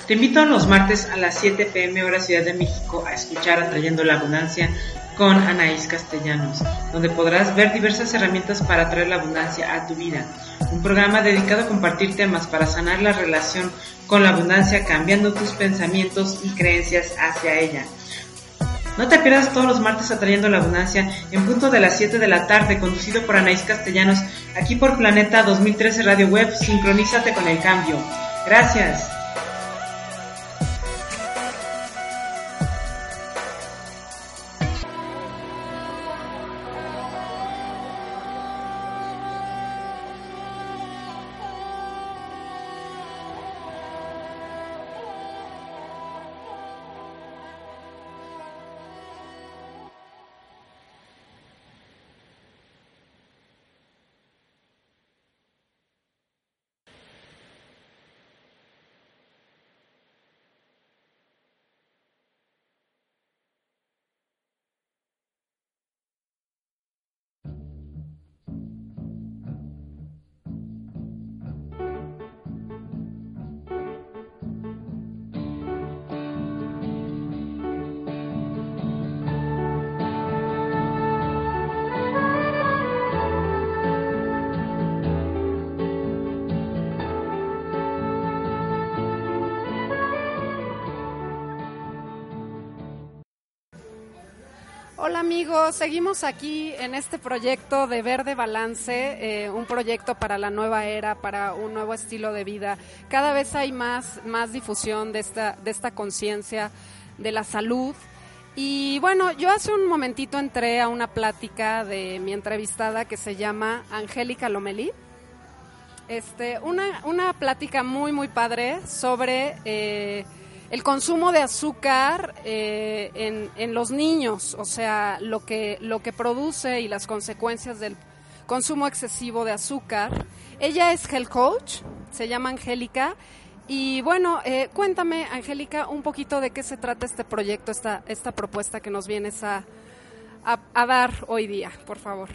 Te invito a los martes a las siete pm hora Ciudad de México a escuchar Atrayendo la Abundancia con Anaís Castellanos, donde podrás ver diversas herramientas para atraer la abundancia a tu vida. Un programa dedicado a compartir temas para sanar la relación con la abundancia, cambiando tus pensamientos y creencias hacia ella. No te pierdas todos los martes Atrayendo la Abundancia en punto de las siete de la tarde, conducido por Anaís Castellanos, aquí por Planeta dos mil trece Radio Web. Sincronízate con el cambio. Gracias. Hola amigos, seguimos aquí en este proyecto de Verde Balance, eh, un proyecto para la nueva era, para un nuevo estilo de vida. Cada vez hay más, más difusión de esta, de esta conciencia de la salud. Y bueno, yo hace un momentito entré a una plática de mi entrevistada que se llama Angélica Lomelí. Este, una, una plática muy, muy padre sobre Eh, el consumo de azúcar eh, en, en los niños, o sea, lo que, lo que produce y las consecuencias del consumo excesivo de azúcar. Ella es health coach, se llama Angélica, y bueno, eh, cuéntame, Angélica, un poquito de qué se trata este proyecto, esta, esta propuesta que nos vienes a, a, a dar hoy día, por favor.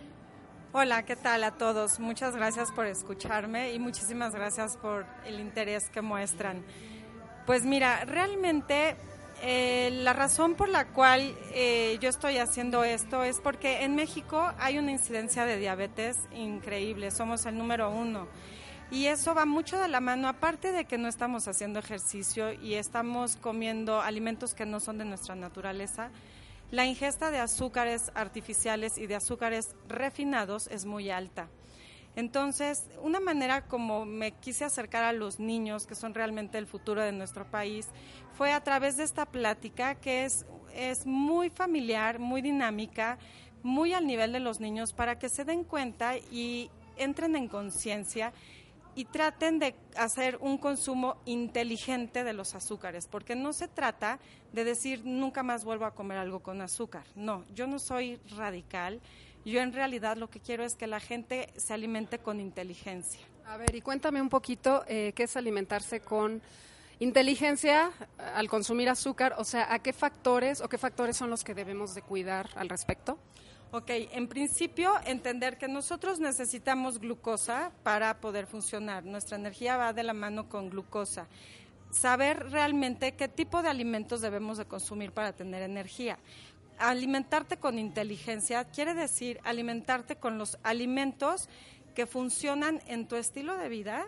Hola, ¿qué tal a todos? Muchas gracias por escucharme y muchísimas gracias por el interés que muestran. Pues mira, realmente eh, la razón por la cual eh, yo estoy haciendo esto es porque en México hay una incidencia de diabetes increíble, somos el número uno. Y eso va mucho de la mano, aparte de que no estamos haciendo ejercicio y estamos comiendo alimentos que no son de nuestra naturaleza, la ingesta de azúcares artificiales y de azúcares refinados es muy alta. Entonces, una manera como me quise acercar a los niños, que son realmente el futuro de nuestro país, fue a través de esta plática que es, es muy familiar, muy dinámica, muy al nivel de los niños, para que se den cuenta y entren en conciencia y traten de hacer un consumo inteligente de los azúcares, porque no se trata de decir nunca más vuelvo a comer algo con azúcar. No, yo no soy radical. Yo en realidad lo que quiero es que la gente se alimente con inteligencia. A ver, y cuéntame un poquito eh, qué es alimentarse con inteligencia al consumir azúcar, o sea, ¿a qué factores o qué factores son los que debemos de cuidar al respecto? Ok, en principio entender que nosotros necesitamos glucosa para poder funcionar. Nuestra energía va de la mano con glucosa. Saber realmente qué tipo de alimentos debemos de consumir para tener energía. Alimentarte con inteligencia quiere decir alimentarte con los alimentos que funcionan en tu estilo de vida,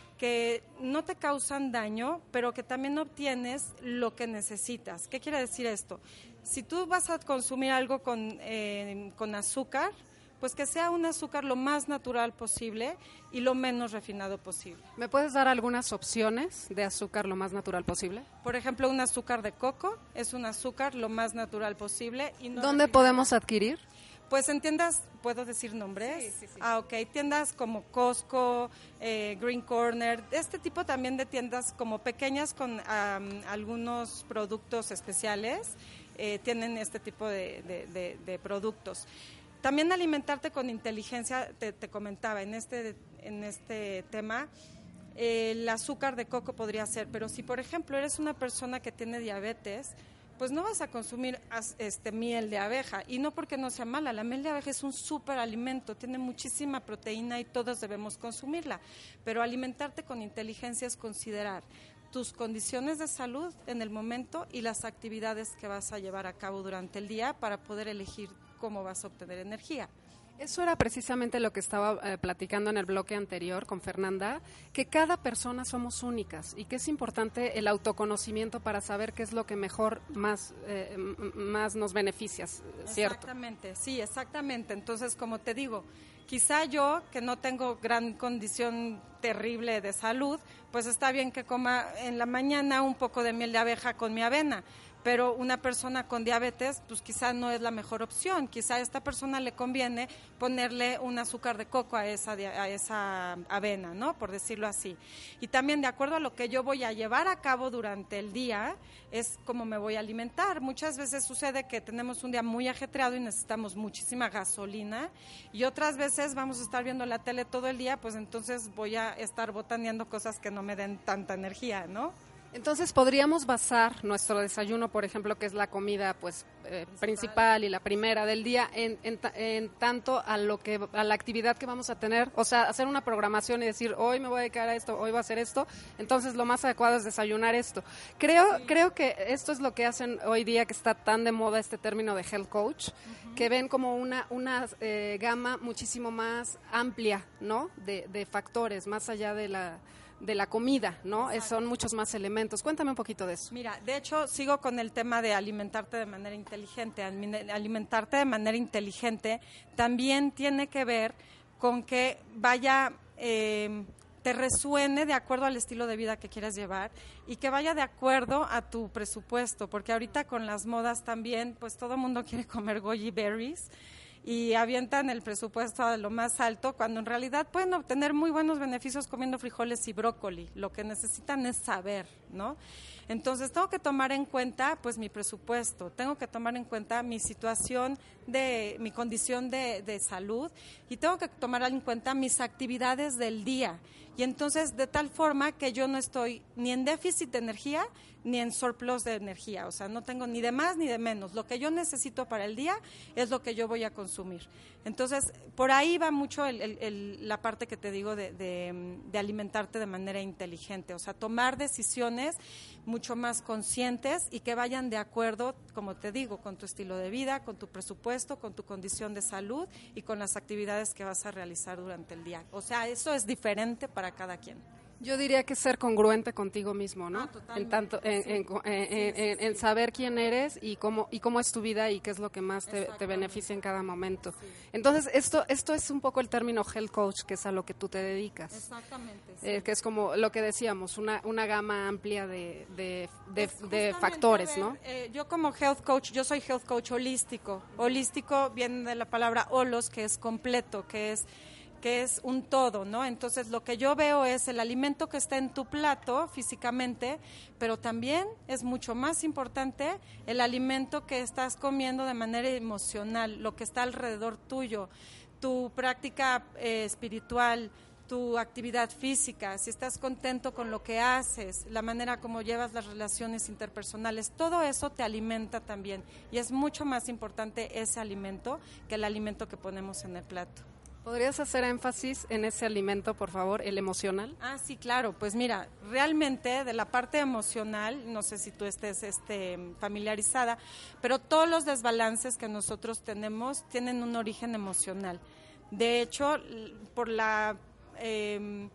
que no te causan daño, pero que también obtienes lo que necesitas. ¿Qué quiere decir esto? Si tú vas a consumir algo con, eh, con azúcar, pues que sea un azúcar lo más natural posible y lo menos refinado posible. ¿Me puedes dar algunas opciones de azúcar lo más natural posible? Por ejemplo, un azúcar de coco es un azúcar lo más natural posible. Y no ¿Dónde refinado. Podemos adquirir? Pues en tiendas, ¿puedo decir nombres? Sí, sí, sí. Ah, ok, tiendas como Costco, eh, Green Corner, este tipo también de tiendas como pequeñas con um, algunos productos especiales, eh, tienen este tipo de, de, de, de productos. También alimentarte con inteligencia, te, te comentaba, en este, en este tema, eh, el azúcar de coco podría ser, pero si por ejemplo eres una persona que tiene diabetes, pues no vas a consumir este, miel de abeja, y no porque no sea mala, la miel de abeja es un súper alimento, tiene muchísima proteína y todos debemos consumirla, pero alimentarte con inteligencia es considerar tus condiciones de salud en el momento y las actividades que vas a llevar a cabo durante el día para poder elegir cómo vas a obtener energía. Eso era precisamente lo que estaba eh, platicando en el bloque anterior con Fernanda, que cada persona somos únicas y que es importante el autoconocimiento para saber qué es lo que mejor más, eh, más nos beneficia, ¿cierto? Exactamente, sí, exactamente. Entonces, como te digo, quizá yo, que no tengo gran condición terrible de salud, pues está bien que coma en la mañana un poco de miel de abeja con mi avena, pero una persona con diabetes, pues quizá no es la mejor opción. Quizá a esta persona le conviene ponerle un azúcar de coco a esa, a esa avena, ¿no? Por decirlo así. Y también, de acuerdo a lo que yo voy a llevar a cabo durante el día, es como me voy a alimentar. Muchas veces sucede que tenemos un día muy ajetreado y necesitamos muchísima gasolina, y otras veces vamos a estar viendo la tele todo el día, pues entonces voy a estar botaneando cosas que no me den tanta energía, ¿no? Entonces podríamos basar nuestro desayuno, por ejemplo, que es la comida pues eh, principal y la primera del día, en, en, en tanto a lo que a la actividad que vamos a tener, o sea, hacer una programación y decir, hoy me voy a dedicar a esto, hoy voy a hacer esto, entonces lo más adecuado es desayunar esto. Creo sí. creo que esto es lo que hacen hoy día, que está tan de moda este término de health coach, uh-huh. que ven como una una eh, gama muchísimo más amplia, ¿no? De, de factores, más allá de la de la comida, ¿no? Exacto. Son muchos más elementos. Cuéntame un poquito de eso. Mira, de hecho, sigo con el tema de alimentarte de manera inteligente. Alimentarte de manera inteligente también tiene que ver con que vaya, eh, te resuene de acuerdo al estilo de vida que quieras llevar y que vaya de acuerdo a tu presupuesto, porque ahorita con las modas también, pues todo el mundo quiere comer goji berries y avientan el presupuesto a lo más alto, cuando en realidad pueden obtener muy buenos beneficios comiendo frijoles y brócoli. Lo que necesitan es saber, ¿no? Entonces tengo que tomar en cuenta pues mi presupuesto, tengo que tomar en cuenta mi situación, de mi condición de, de salud, y tengo que tomar en cuenta mis actividades del día, y entonces de tal forma que yo no estoy ni en déficit de energía ni en surplus de energía, o sea, no tengo ni de más ni de menos. Lo que yo necesito para el día es lo que yo voy a consumir. Entonces, por ahí va mucho el, el, el, la parte que te digo de, de, de alimentarte de manera inteligente, o sea, tomar decisiones mucho más conscientes y que vayan de acuerdo, como te digo, con tu estilo de vida, con tu presupuesto, con tu condición de salud y con las actividades que vas a realizar durante el día. O sea, eso es diferente para cada quien. Yo diría que ser congruente contigo mismo, ¿no? Ah, en tanto, en, sí. en, en, en, sí, sí, en saber quién eres y cómo y cómo es tu vida y qué es lo que más te, te beneficia en cada momento. Sí. Entonces, esto esto es un poco el término health coach, que es a lo que tú te dedicas. Exactamente. Sí. Eh, que es como lo que decíamos, una una gama amplia de de, de, de factores, ver, ¿no? Eh, yo como health coach, yo soy health coach holístico. Holístico viene de la palabra holos, que es completo, que es que es un todo, ¿no? Entonces, lo que yo veo es el alimento que está en tu plato físicamente, pero también es mucho más importante el alimento que estás comiendo de manera emocional, lo que está alrededor tuyo, tu práctica eh, espiritual, tu actividad física, si estás contento con lo que haces, la manera como llevas las relaciones interpersonales, todo eso te alimenta también, y es mucho más importante ese alimento que el alimento que ponemos en el plato. ¿Podrías hacer énfasis en ese alimento, por favor, el emocional? Ah, sí, claro. Pues mira, realmente de la parte emocional, no sé si tú estés este, familiarizada, pero todos los desbalances que nosotros tenemos tienen un origen emocional. De hecho, por la... Eh,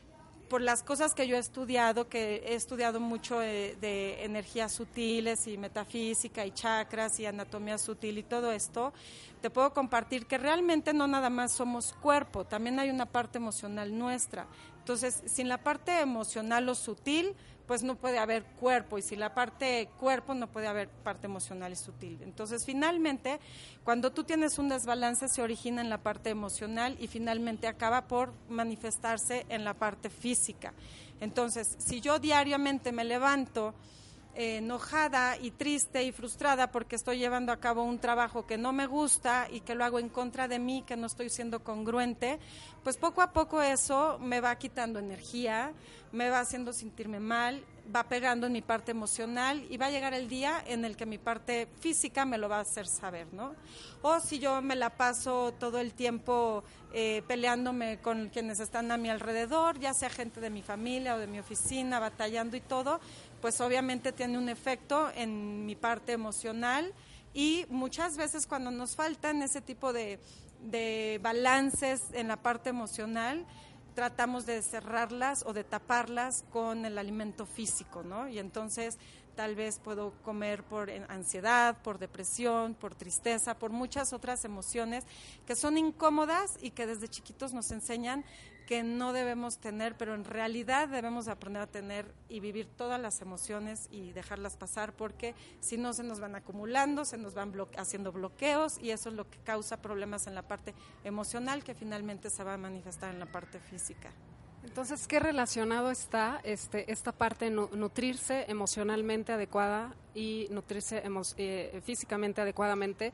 por las cosas que yo he estudiado, que he estudiado mucho de, de energías sutiles y metafísica y chakras y anatomía sutil y todo esto, te puedo compartir que realmente no nada más somos cuerpo, también hay una parte emocional nuestra. Entonces, sin la parte emocional o sutil, pues no puede haber cuerpo, y sin la parte cuerpo no puede haber parte emocional y sutil. Entonces, finalmente, cuando tú tienes un desbalance, se origina en la parte emocional y finalmente acaba por manifestarse en la parte física. Entonces, si yo diariamente me levanto eh, enojada y triste y frustrada porque estoy llevando a cabo un trabajo que no me gusta y que lo hago en contra de mí, que no estoy siendo congruente, pues poco a poco eso me va quitando energía, me va haciendo sentirme mal, va pegando en mi parte emocional y va a llegar el día en el que mi parte física me lo va a hacer saber, ¿no? O si yo me la paso todo el tiempo eh, peleándome con quienes están a mi alrededor, ya sea gente de mi familia o de mi oficina, batallando y todo, pues obviamente tiene un efecto en mi parte emocional. Y muchas veces cuando nos faltan ese tipo de, de balances en la parte emocional, tratamos de cerrarlas o de taparlas con el alimento físico, ¿no? Y entonces tal vez puedo comer por ansiedad, por depresión, por tristeza, por muchas otras emociones que son incómodas y que desde chiquitos nos enseñan que no debemos tener, pero en realidad debemos aprender a tener y vivir todas las emociones y dejarlas pasar, porque si no se nos van acumulando, se nos van bloque- haciendo bloqueos y eso es lo que causa problemas en la parte emocional que finalmente se va a manifestar en la parte física. Entonces, ¿qué relacionado está este, esta parte nu- nutrirse emocionalmente adecuada y nutrirse emo- eh, físicamente adecuadamente?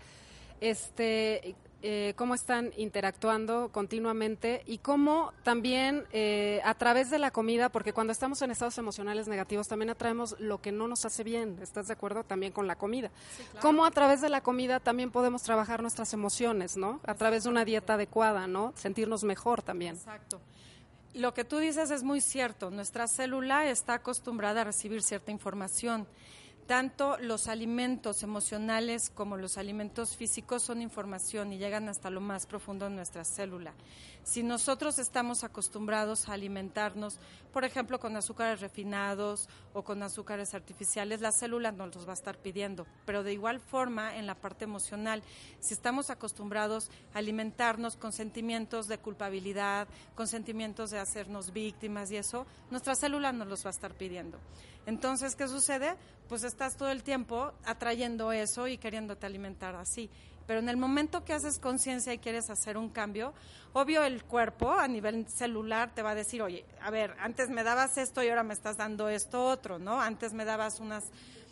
Este, eh, cómo están interactuando continuamente y cómo también eh, a través de la comida, porque cuando estamos en estados emocionales negativos también atraemos lo que no nos hace bien, ¿estás de acuerdo? También con la comida. Sí, claro. Cómo a través de la comida también podemos trabajar nuestras emociones, ¿no? A través de una dieta adecuada, ¿no? Sentirnos mejor también. Exacto. Lo que tú dices es muy cierto. Nuestra célula está acostumbrada a recibir cierta información. Tanto los alimentos emocionales como los alimentos físicos son información y llegan hasta lo más profundo de nuestra célula. Si nosotros estamos acostumbrados a alimentarnos, por ejemplo, con azúcares refinados o con azúcares artificiales, la célula nos los va a estar pidiendo. Pero de igual forma, en la parte emocional, si estamos acostumbrados a alimentarnos con sentimientos de culpabilidad, con sentimientos de hacernos víctimas y eso, nuestra célula nos los va a estar pidiendo. Entonces, ¿qué sucede? Pues estás todo el tiempo atrayendo eso y queriéndote alimentar así. Pero en el momento que haces conciencia y quieres hacer un cambio, obvio el cuerpo a nivel celular te va a decir, oye, a ver, antes me dabas esto y ahora me estás dando esto otro, ¿no? Antes me dabas unas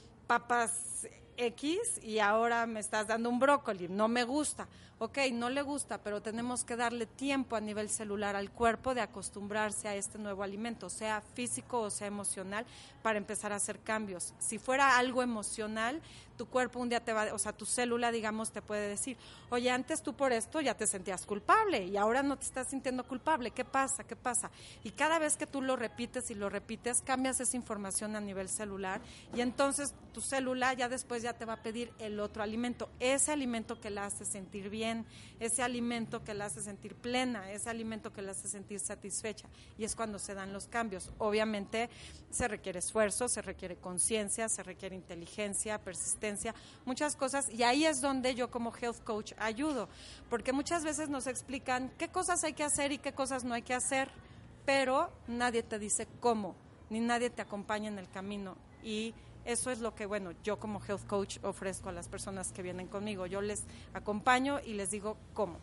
papas X y ahora me estás dando un brócoli, no me gusta. Ok, no le gusta, pero tenemos que darle tiempo a nivel celular al cuerpo de acostumbrarse a este nuevo alimento, sea físico o sea emocional, para empezar a hacer cambios. Si fuera algo emocional, tu cuerpo un día te va, o sea, tu célula, digamos, te puede decir, oye, antes tú por esto ya te sentías culpable y ahora no te estás sintiendo culpable, ¿qué pasa? ¿Qué pasa? Y cada vez que tú lo repites y lo repites, cambias esa información a nivel celular y entonces tu célula ya después ya te va a pedir el otro alimento, ese alimento que la hace sentir bien, ese alimento que la hace sentir plena, ese alimento que la hace sentir satisfecha, y es cuando se dan los cambios. Obviamente se requiere esfuerzo, se requiere conciencia, se requiere inteligencia, persistencia, muchas cosas, y ahí es donde yo como health coach ayudo, porque muchas veces nos explican qué cosas hay que hacer y qué cosas no hay que hacer, pero nadie te dice cómo, ni nadie te acompaña en el camino, y eso es lo que, bueno, yo como health coach ofrezco a las personas que vienen conmigo. Yo les acompaño y les digo cómo.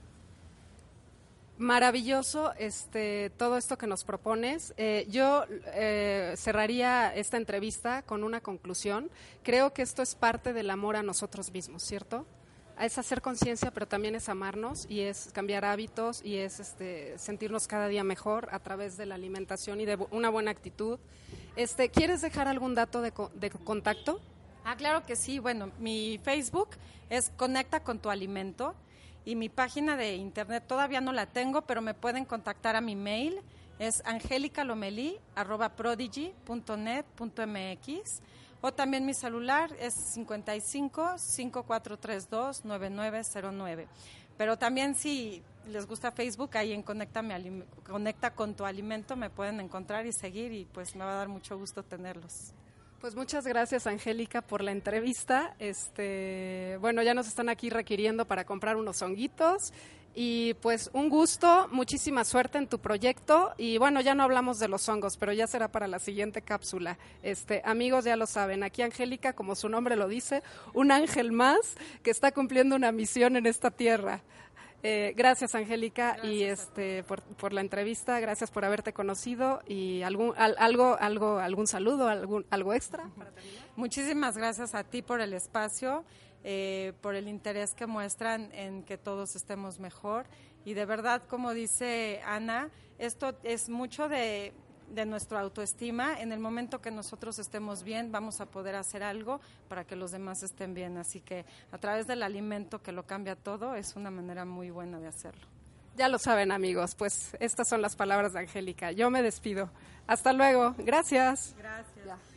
Maravilloso este todo esto que nos propones. Eh, yo eh, cerraría esta entrevista con una conclusión. Creo que esto es parte del amor a nosotros mismos, ¿cierto? Es hacer conciencia, pero también es amarnos y es cambiar hábitos y es este sentirnos cada día mejor a través de la alimentación y de una buena actitud. Este, ¿quieres dejar algún dato de, co- de contacto? Ah, claro que sí. Bueno, mi Facebook es Conecta con tu Alimento y mi página de internet todavía no la tengo, pero me pueden contactar a mi mail. Es angelicalomeli arroba prodigy punto net punto m x. O también mi celular es cincuenta y cinco, cinco cuatro tres dos, nueve nueve cero nueve. Pero también si les gusta Facebook, ahí en Conecta, mi alim- Conecta con tu Alimento me pueden encontrar y seguir y pues me va a dar mucho gusto tenerlos. Pues muchas gracias, Angélica, por la entrevista. Este, bueno, ya nos están aquí requiriendo para comprar unos honguitos y pues un gusto, muchísima suerte en tu proyecto y bueno, ya no hablamos de los hongos, pero ya será para la siguiente cápsula. Este, amigos, ya lo saben, aquí Angélica, como su nombre lo dice, un ángel más que está cumpliendo una misión en esta tierra. Eh, gracias, Angélica, gracias y este por, por la entrevista, gracias por haberte conocido y algún al, algo algo algún saludo, algún algo extra para terminar. Muchísimas gracias a ti por el espacio, eh, por el interés que muestran en que todos estemos mejor y de verdad, como dice Ana, esto es mucho de de nuestra autoestima. En el momento que nosotros estemos bien, vamos a poder hacer algo para que los demás estén bien. Así que a través del alimento, que lo cambia todo, es una manera muy buena de hacerlo. Ya lo saben, amigos, pues estas son las palabras de Angélica. Yo me despido. Hasta luego. Gracias. Gracias. Ya.